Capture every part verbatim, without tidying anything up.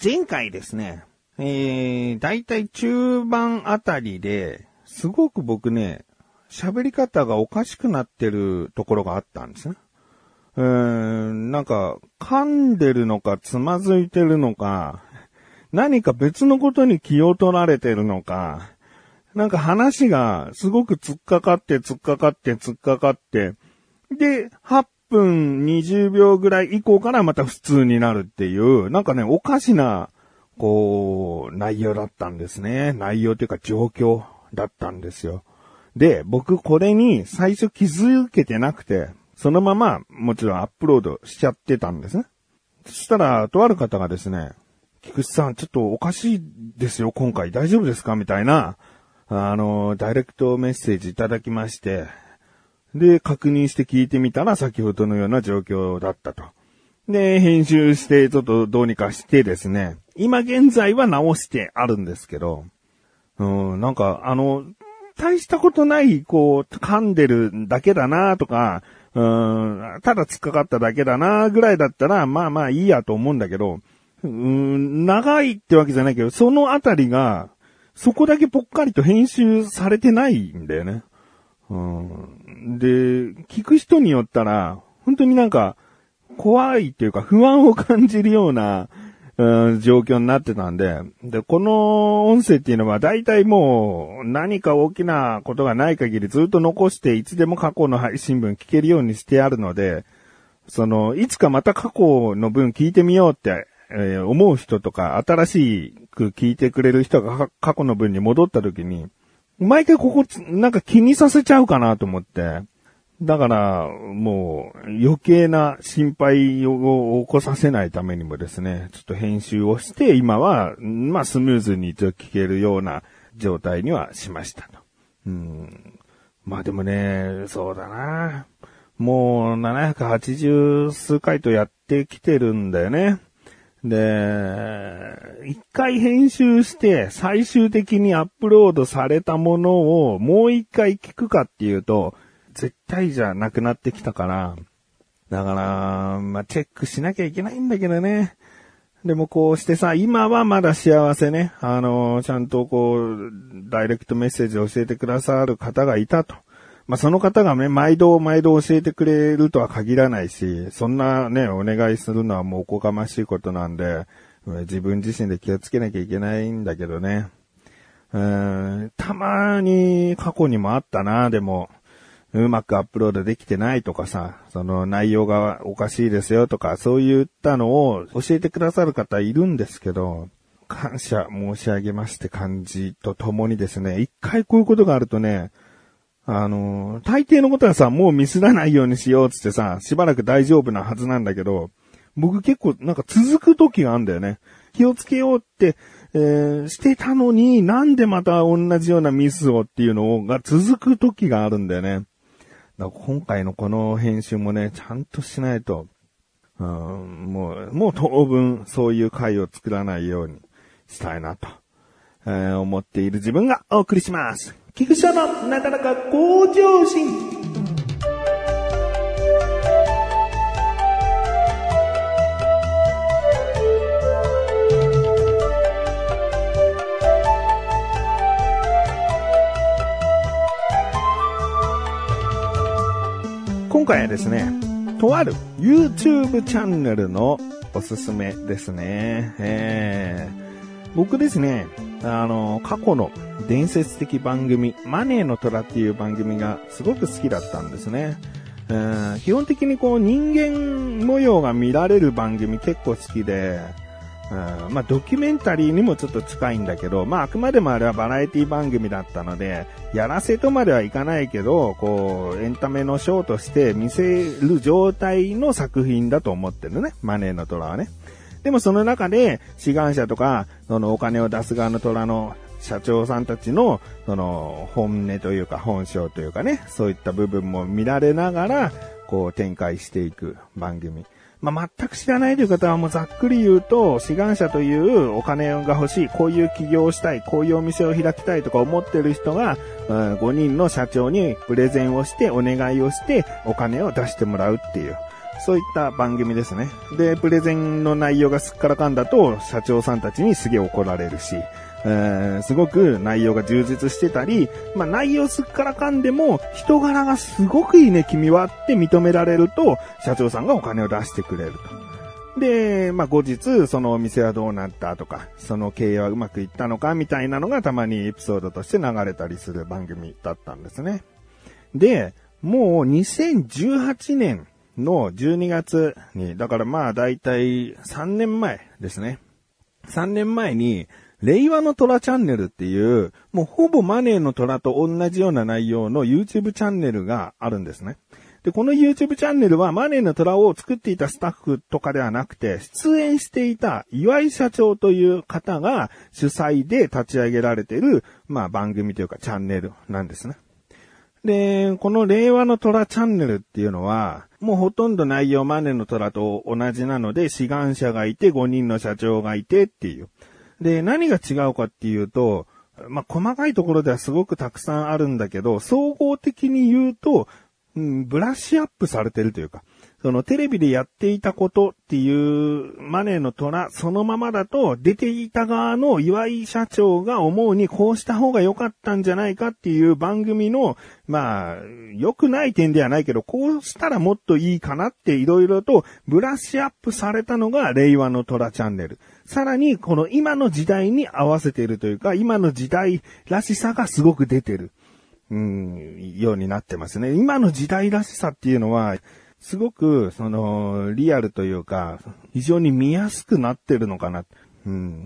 前回ですね、えー、だいたい中盤あたりで、すごく僕ね、喋り方がおかしくなってるところがあったんですね。うーん、なんか、噛んでるのか、つまずいてるのか、何か別のことに気を取られてるのか、なんか話がすごく突っかかって、突っかかって、突っかかって、で、はっぷんにじゅうびょうぐらい以降からまた普通になるっていう、なんかね、おかしな、こう、内容だったんですね。内容というか状況だったんですよ。で、僕これに最初気づけてなくて、そのままもちろんアップロードしちゃってたんですね。そしたら、とある方がですね、菊池さんちょっとおかしいですよ、今回大丈夫ですかみたいな、あの、ダイレクトメッセージいただきまして、で、確認して聞いてみたら先ほどのような状況だったと。で、編集してちょっとどうにかしてですね、今現在は直してあるんですけど、うん、なんかあの、大したことない、こう、噛んでるだけだなとか、うん、ただ突っかかっただけだなぐらいだったら、まあまあいいやと思うんだけど、うん、長いってわけじゃないけど、そのあたりが、そこだけぽっかりと編集されてないんだよね。うん、で、聞く人によったら、本当になんか、怖いっていうか不安を感じるような、うん、状況になってたんで、で、この音声っていうのは大体もう何か大きなことがない限りずっと残していつでも過去の配信分聞けるようにしてあるので、その、いつかまた過去の分聞いてみようって、えー、思う人とか、新しく聞いてくれる人が過去の分に戻った時に、毎回ここなんか気にさせちゃうかなと思って、だから、もう余計な心配を起こさせないためにもですね、ちょっと編集をして、今は、まあスムーズに聞けるような状態にはしましたと。うん、まあでもね、そうだな。もうななひゃくはちじゅう数回とやってきてるんだよね。で、一回編集して最終的にアップロードされたものをもう一回聞くかっていうと、絶対じゃなくなってきたから、だから、まあ、チェックしなきゃいけないんだけどね。でもこうしてさ、今はまだ幸せね。あの、ちゃんとこう、ダイレクトメッセージを教えてくださる方がいたと。まあ、その方がね、毎度毎度教えてくれるとは限らないし、そんなね、お願いするのはもうおこがましいことなんで、自分自身で気をつけなきゃいけないんだけどね。うーん、たまに過去にもあったな、でも。うまくアップロードできてないとかさ、その内容がおかしいですよとか、そういったのを教えてくださる方いるんですけど、感謝申し上げますって感じとともにですね、一回こういうことがあるとね、あの、大抵のことはさ、もうミスらないようにしようつってさ、しばらく大丈夫なはずなんだけど、僕結構なんか続く時があるんだよね。気をつけようって、えー、してたのに、なんでまた同じようなミスをっていうのが続く時があるんだよね。今回のこの編集もね、ちゃんとしないと、うん、もう、もう当分そういう回を作らないようにしたいなと、えー、思っている自分がお送りします。菊池のなかなか向上心。今回はですね、とある YouTube チャンネルのおすすめですね。えー、僕ですね、あの、過去の伝説的番組、マネーの虎っていう番組がすごく好きだったんですね。えー、基本的にこう人間模様が見られる番組結構好きで、うん、まあドキュメンタリーにもちょっと近いんだけど、まああくまでもあれはバラエティ番組だったので、やらせとまではいかないけど、こうエンタメのショーとして見せる状態の作品だと思ってるね、マネーの虎はね。でもその中で志願者とか、そのお金を出す側の虎の社長さんたちのその本音というか本性というかね、そういった部分も見られながらこう展開していく番組。まあ、全く知らないという方はもうざっくり言うと、志願者というお金が欲しい、こういう起業をしたい、こういうお店を開きたいとか思ってる人が、うん、ごにんの社長にプレゼンをして、お願いをして、お金を出してもらうっていう、 そういった番組ですね。で、プレゼンの内容がすっからかんだと、社長さんたちにすげえ怒られるし、えー、すごく内容が充実してたり、まあ内容すっからかんでも、人柄がすごくいいね、君はって認められると、社長さんがお金を出してくれると。で、まあ後日、そのお店はどうなったとか、その経営はうまくいったのかみたいなのがたまにエピソードとして流れたりする番組だったんですね。で、もうにせんじゅうはちねんのじゅうにがつに、だからまあだいたいさんねんまえですね。さんねんまえに、令和の虎チャンネルっていう、もうほぼマネーの虎と同じような内容の YouTube チャンネルがあるんですね。で、この YouTube チャンネルはマネーの虎を作っていたスタッフとかではなくて、出演していた岩井社長という方が主催で立ち上げられている、まあ番組というかチャンネルなんですね。で、この令和の虎チャンネルっていうのは、もうほとんど内容マネーの虎と同じなので、志願者がいてごにんの社長がいてっていう。で、何が違うかっていうと、まあ、細かいところではすごくたくさんあるんだけど、総合的に言うと、うん、ブラッシュアップされてるというか、そのテレビでやっていたことっていうマネーの虎そのままだと出ていた側の岩井社長が思うにこうした方が良かったんじゃないかっていう番組の、まあ、良くない点ではないけど、こうしたらもっといいかなっていろいろとブラッシュアップされたのが令和の虎チャンネル。さらにこの今の時代に合わせているというか、今の時代らしさがすごく出てる。うん、ようになってますね。今の時代らしさっていうのは、すごく、その、リアルというか、非常に見やすくなってるのかな。うん。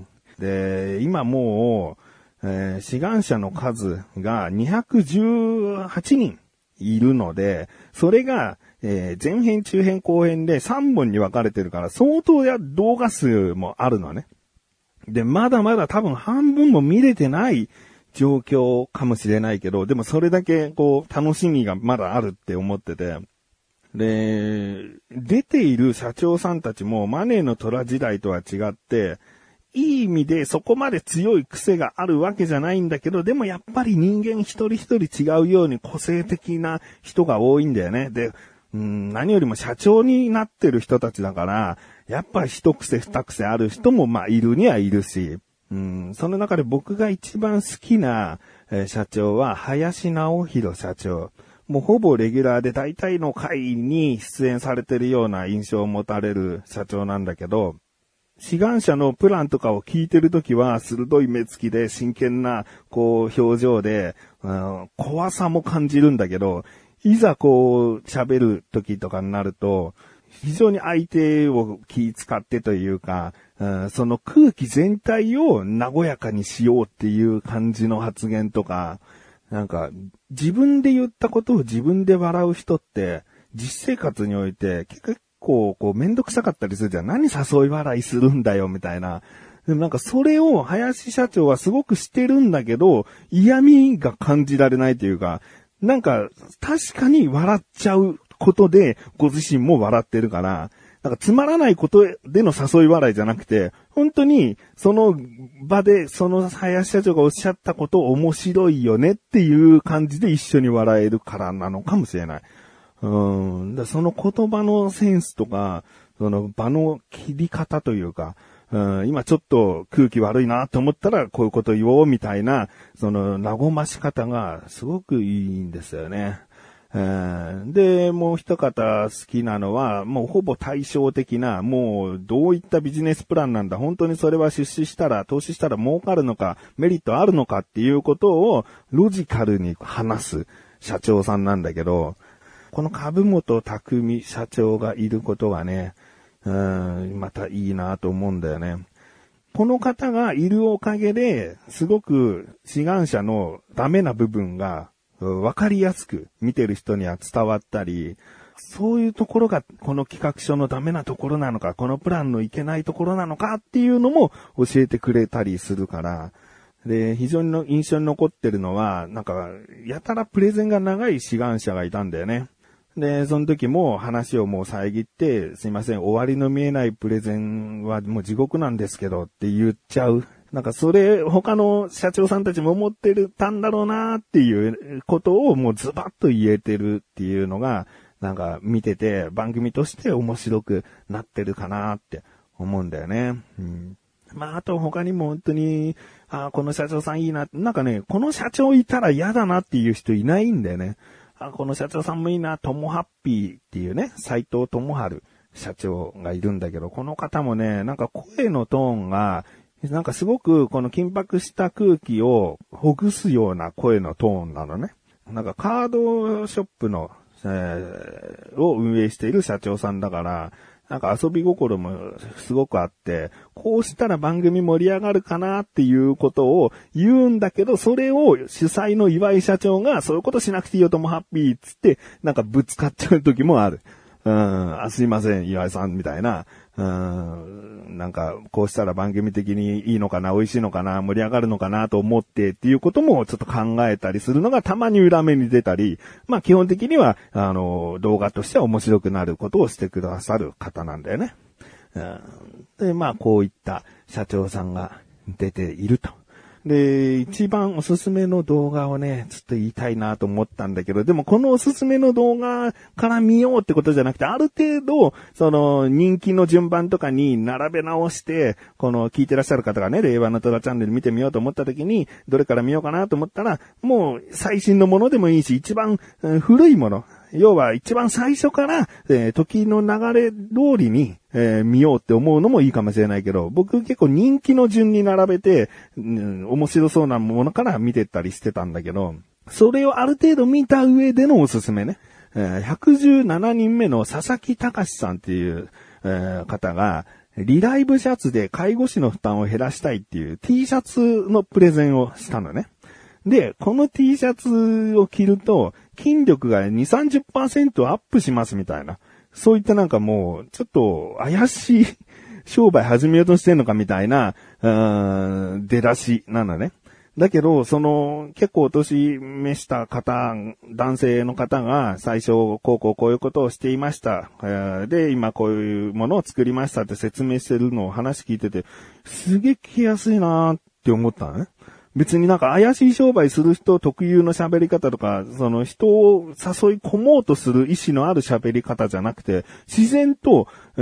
で、今もう、えー、志願者の数がにひゃくじゅうはちにんいるので、それが、えー、前編、中編、後編でさんぼんに分かれてるから、相当や動画数もあるのね。で、まだまだ多分半分も見れてない状況かもしれないけど、でもそれだけこう楽しみがまだあるって思ってて、で、出ている社長さんたちもマネーの虎時代とは違って、いい意味でそこまで強い癖があるわけじゃないんだけど、でもやっぱり人間一人一人違うように個性的な人が多いんだよね。で、うん、何よりも社長になってる人たちだから、やっぱり一癖二癖ある人もまあいるにはいるし、うん、その中で僕が一番好きな、えー、社長は林直弘社長。もうほぼレギュラーで大体の回に出演されてるような印象を持たれる社長なんだけど、志願者のプランとかを聞いてるときは鋭い目つきで真剣なこう表情で、うん、怖さも感じるんだけど、いざこう喋るときとかになると、非常に相手を気遣ってというか、うん、その空気全体を和やかにしようっていう感じの発言とか、なんか自分で言ったことを自分で笑う人って実生活において結構こうめんどくさかったりするじゃん。何誘い笑いするんだよみたいな。でもなんかそれを林社長はすごくしてるんだけど、嫌味が感じられないというか、なんか確かに笑っちゃうことでご自身も笑ってるから、なんかつまらないことでの誘い笑いじゃなくて、本当にその場でその林社長がおっしゃったこと面白いよねっていう感じで一緒に笑えるからなのかもしれない。うん。だその言葉のセンスとか、その場の切り方というか、うん、今ちょっと空気悪いなと思ったらこういうこと言おうみたいな、その和まし方がすごくいいんですよね。で、もう一方好きなのは、もうほぼ対照的な、もうどういったビジネスプランなんだ、本当にそれは出資したら、投資したら儲かるのか、メリットあるのかっていうことをロジカルに話す社長さんなんだけど、この株本匠社長がいることがね、うん、またいいなと思うんだよね。この方がいるおかげで、すごく志願者のダメな部分が、わかりやすく見てる人には伝わったり、そういうところがこの企画書のダメなところなのか、このプランのいけないところなのかっていうのも教えてくれたりするから、で、非常にの印象に残ってるのは、なんか、やたらプレゼンが長い志願者がいたんだよね。で、その時も話をもう遮って、すいません、終わりの見えないプレゼンはもう地獄なんですけどって言っちゃう。なんかそれ他の社長さんたちも思ってるたんだろうなっていうことをもうズバッと言えてるっていうのがなんか見てて番組として面白くなってるかなって思うんだよね。うん。まあ、あと他にも本当に、あ、この社長さんいいな。なんかね、この社長いたら嫌だなっていう人いないんだよね。あ、この社長さんもいいな。ともハッピーっていうね、斉藤智春社長がいるんだけど、この方もね、なんか声のトーンが、なんかすごくこの緊迫した空気をほぐすような声のトーンなのね。なんかカードショップの、えー、を運営している社長さんだから、なんか遊び心もすごくあって、こうしたら番組盛り上がるかなっていうことを言うんだけど、それを主催の岩井社長がそういうことしなくていいよともハッピーっつって、なんかぶつかっちゃう時もある。うん、あ、すいません、岩井さんみたいな。うん、なんか、こうしたら番組的にいいのかな、美味しいのかな、盛り上がるのかなと思ってっていうこともちょっと考えたりするのがたまに裏目に出たり、まあ基本的には、あの、動画としては面白くなることをしてくださる方なんだよね。うん、で、まあこういった社長さんが出ていると。で、一番おすすめの動画をね、ちょっと言いたいなと思ったんだけど、でもこのおすすめの動画から見ようってことじゃなくて、ある程度、その人気の順番とかに並べ直して、この聞いてらっしゃる方がね、令和のトラチャンネル見てみようと思った時に、どれから見ようかなと思ったら、もう最新のものでもいいし、一番古いもの、要は一番最初から、えー、時の流れ通りに、えー、見ようって思うのもいいかもしれないけど、僕結構人気の順に並べて、うん、面白そうなものから見てったりしてたんだけど、それをある程度見た上でのおすすめね。えー、ひゃくじゅうななにんめの佐々木隆さんっていう、えー、方が、リライブシャツで介護士の負担を減らしたいっていう T シャツのプレゼンをしたのね。で、この T シャツを着ると、筋力がにじゅう、さんじゅっパーセント アップしますみたいな。そういったなんかもう、ちょっと怪しい商売始めようとしてんのかみたいな、うーん、出だしなのね。だけど、その、結構お年召した方、男性の方が最初、こうこうこういうことをしていました。で、今こういうものを作りましたって説明してるのを話聞いてて、すげえ聞きやすいなーって思ったのね。別になんか怪しい商売する人特有の喋り方とか、その人を誘い込もうとする意志のある喋り方じゃなくて、自然と、うん、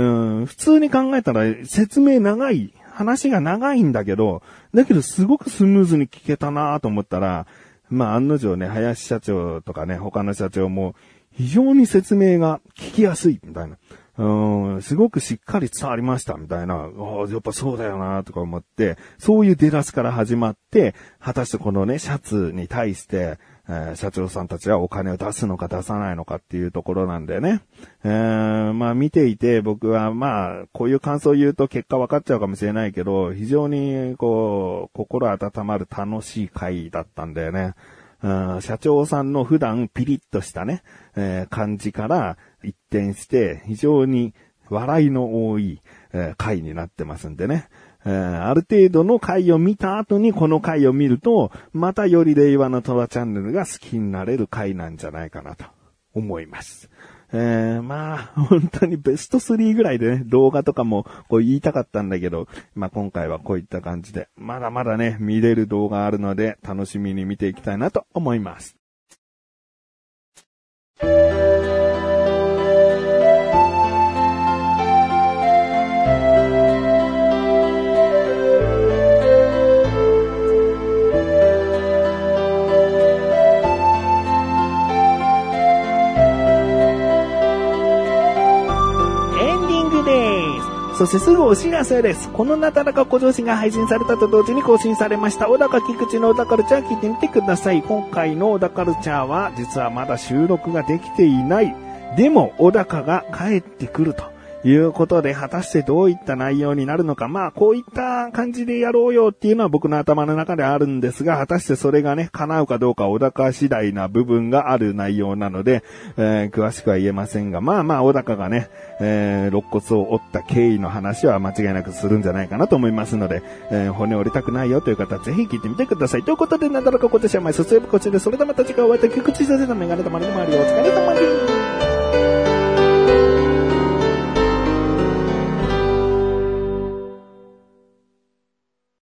普通に考えたら説明長い、話が長いんだけど、だけどすごくスムーズに聞けたなと思ったら、まあ案の定ね、林社長とかね、他の社長も非常に説明が聞きやすいみたいな。うん、すごくしっかり伝わりましたみたいな、ああ、やっぱそうだよなとか思って、そういう出だしから始まって、果たしてこのね、シャツに対して、えー、社長さんたちはお金を出すのか出さないのかっていうところなんだよね。えー、まあ見ていて僕はまあ、こういう感想を言うと結果分かっちゃうかもしれないけど、非常にこう、心温まる楽しい回だったんだよね。うん、社長さんの普段ピリッとしたね、えー、感じから一転して非常に笑いの多い、えー、回になってますんでね、えー。ある程度の回を見た後にこの回を見ると、またより令和のトラチャンネルが好きになれる回なんじゃないかなと思います。えー、まあ、本当にベストスリーぐらいでね、動画とかもこう言いたかったんだけど、まあ今回はこういった感じで、まだまだね、見れる動画あるので、楽しみに見ていきたいなと思います。そしてすぐお知らせです。このなだらか小女子が配信されたと同時に更新されました小高菊池の小田カルチャー聞いてみてください。今回の小田カルチャーは実はまだ収録ができていない。でも小高が帰ってくるということで、果たしてどういった内容になるのか。まあこういった感じでやろうよっていうのは僕の頭の中であるんですが、果たしてそれがね叶うかどうか小高次第な部分がある内容なので、えー、詳しくは言えませんが、まあまあ小高がね、えー、肋骨を折った経緯の話は間違いなくするんじゃないかなと思いますので、えー、骨折りたくないよという方はぜひ聞いてみてください。ということで、なだらか今年は毎卒こちらで、それではまた次回お会いいたい菊池先生のメガネとマリの周りをお疲れ様です。